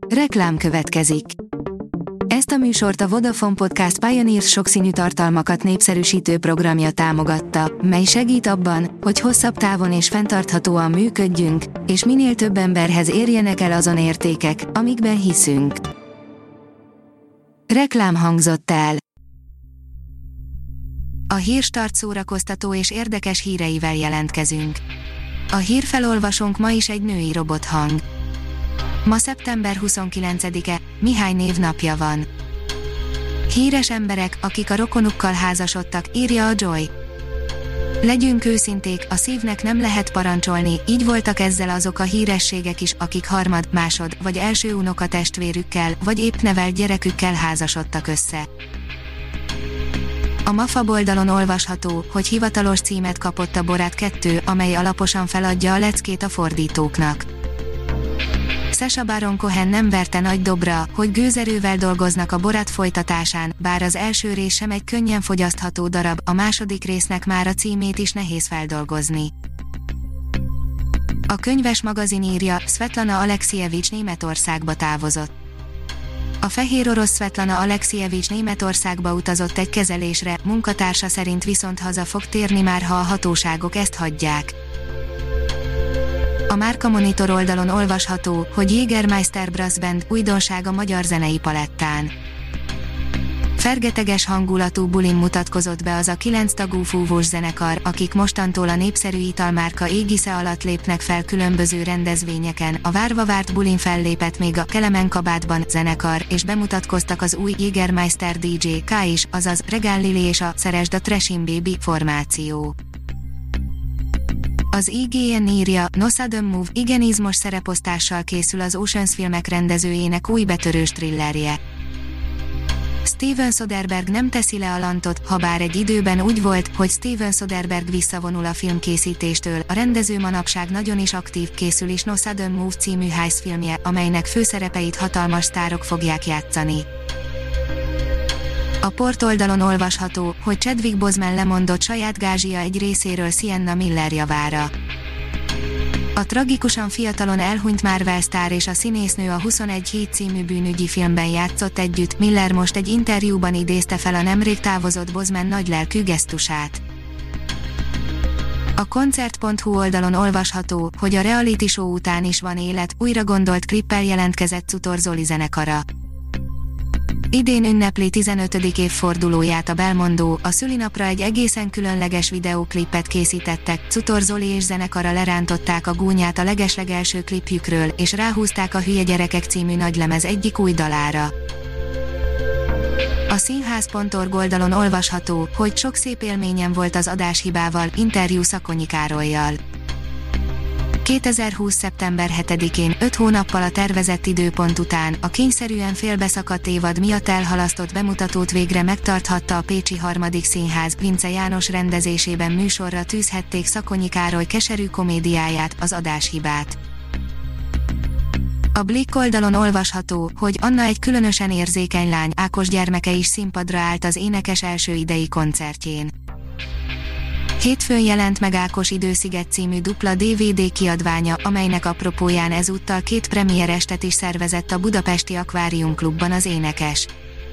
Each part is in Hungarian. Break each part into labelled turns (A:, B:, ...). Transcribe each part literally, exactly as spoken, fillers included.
A: Reklám következik. Ezt a műsort a Vodafone Podcast Pioneers sokszínű tartalmakat népszerűsítő programja támogatta, mely segít abban, hogy hosszabb távon és fenntarthatóan működjünk, és minél több emberhez érjenek el azon értékek, amikben hiszünk. Reklám hangzott el. A Hírstart szórakoztató és érdekes híreivel jelentkezünk. A hírfelolvasónk ma is egy női robothang. Ma szeptember huszonkilencedike, Mihály névnapja van. Híres emberek, akik a rokonukkal házasodtak, írja a Joy. Legyünk őszinték, a szívnek nem lehet parancsolni, így voltak ezzel azok a hírességek is, akik harmad, másod, vagy első unokatestvérükkel, vagy épp nevelt gyerekükkel házasodtak össze. A MAFA oldalon olvasható, hogy hivatalos címet kapott a Borat kettő, amely alaposan feladja a leckét a fordítóknak. Sacha Baron Cohen nem verte nagy dobra, hogy gőzerővel dolgoznak a Borat folytatásán, bár az első rész sem egy könnyen fogyasztható darab, a második résznek már a címét is nehéz feldolgozni. A könyves magazin írja, Svetlana Alexijevics Németországba távozott. A fehér orosz Svetlana Alexijevics Németországba utazott egy kezelésre, munkatársa szerint viszont haza fog térni már, ha a hatóságok ezt hagyják. A Márka Monitor oldalon olvasható, hogy Jägermeister Brass Band újdonság a magyar zenei palettán. Fergeteges hangulatú bulin mutatkozott be az a kilenc tagú fúvós zenekar, akik mostantól a népszerű italmárka égisze alatt lépnek fel különböző rendezvényeken. A várva várt bulin fellépett még a Kelemen Kabátban zenekar, és bemutatkoztak az új Jägermeister dé dzsé K is, azaz Regán Lili és a Szeresd a Trashin Baby formáció. Az i gé en írja, No Sudden Move, igen izmos szereposztással készül az Oceans filmek rendezőjének új betörős thrillerje. Steven Soderbergh nem teszi le a lantot, habár egy időben úgy volt, hogy Steven Soderbergh visszavonul a filmkészítéstől, a rendező manapság nagyon is aktív, készül is No Sudden Move című heist filmje, amelynek főszerepeit hatalmas sztárok fogják játszani. A Port oldalon olvasható, hogy Chadwick Boseman lemondott saját gázsia egy részéről Sienna Miller javára. A tragikusan fiatalon elhunyt Marvel sztár és a színésznő a huszonegy hét című bűnügyi filmben játszott együtt, Miller most egy interjúban idézte fel a nemrég távozott Boseman nagylelkű gesztusát. A koncert pont hu oldalon olvasható, hogy a reality show után is van élet, újra gondolt klippel jelentkezett Cutor Zoli zenekara. Idén ünnepli tizenötödik évfordulóját a Belmondo, a szülinapra egy egészen különleges videóklipet készítettek, Cutor Zoli és zenekara lerántották a gúnyát a legeslegelső klipjükről, és ráhúzták a Hülye gyerekek című nagylemez egyik új dalára. A színház pont org oldalon olvasható, hogy sok szép élményem volt az adáshibával, interjú Szakonyi Károllyal. kétezer-húsz szeptember hetedikén, öt hónappal a tervezett időpont után, a kényszerűen félbeszakadt évad miatt elhalasztott bemutatót végre megtarthatta a Pécsi Harmadik Színház, Vince János rendezésében műsorra tűzhették Szakonyi Károly keserű komédiáját, az adáshibát. A Blick oldalon olvasható, hogy Anna egy különösen érzékeny lány, Ákos gyermeke is színpadra állt az énekes első idei koncertjén. Hétfőn jelent meg Ákos Idősziget című dupla dé vé dé kiadványa, amelynek apropóján ezúttal két premierestet is szervezett a budapesti Akvárium Klubban az énekes.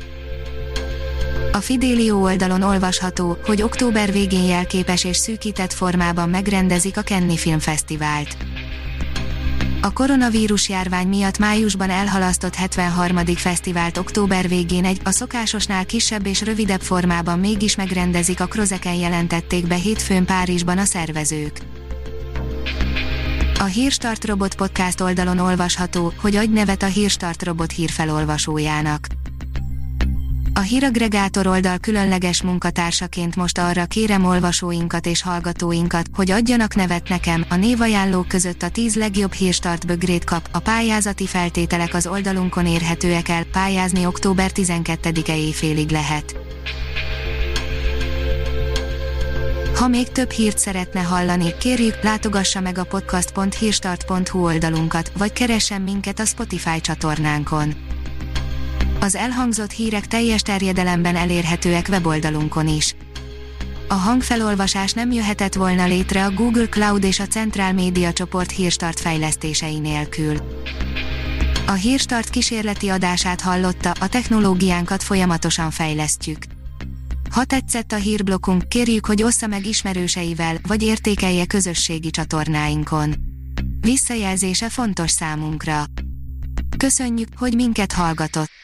A: A Fidelio oldalon olvasható, hogy október végén jelképes és szűkített formában megrendezik a Cannes Filmfesztivált. A koronavírus járvány miatt májusban elhalasztott hetvenharmadik fesztivált október végén egy, a szokásosnál kisebb és rövidebb formában mégis megrendezik, a Krozeken jelentették be hétfőn Párizsban a szervezők. A Hírstart Robot Podcast oldalon olvasható, hogy adj nevet a Hírstart Robot hírfelolvasójának. A híraggregátor oldal különleges munkatársaként most arra kérem olvasóinkat és hallgatóinkat, hogy adjanak nevet nekem, a névajánlók között a tíz legjobb Hírstart bögrét kap, a pályázati feltételek az oldalunkon érhetőek el, pályázni október tizenkettedike éjfélig lehet. Ha még több hírt szeretne hallani, kérjük, látogassa meg a podcast pont hírstart pont hu oldalunkat, vagy keressen minket a Spotify csatornánkon. Az elhangzott hírek teljes terjedelemben elérhetőek weboldalunkon is. A hangfelolvasás nem jöhetett volna létre a Google Cloud és a Central Media csoport Hírstart fejlesztései nélkül. A Hírstart kísérleti adását hallotta, a technológiánkat folyamatosan fejlesztjük. Ha tetszett a hírblokkunk, kérjük, hogy ossza meg ismerőseivel, vagy értékelje közösségi csatornáinkon. Visszajelzése fontos számunkra. Köszönjük, hogy minket hallgatott!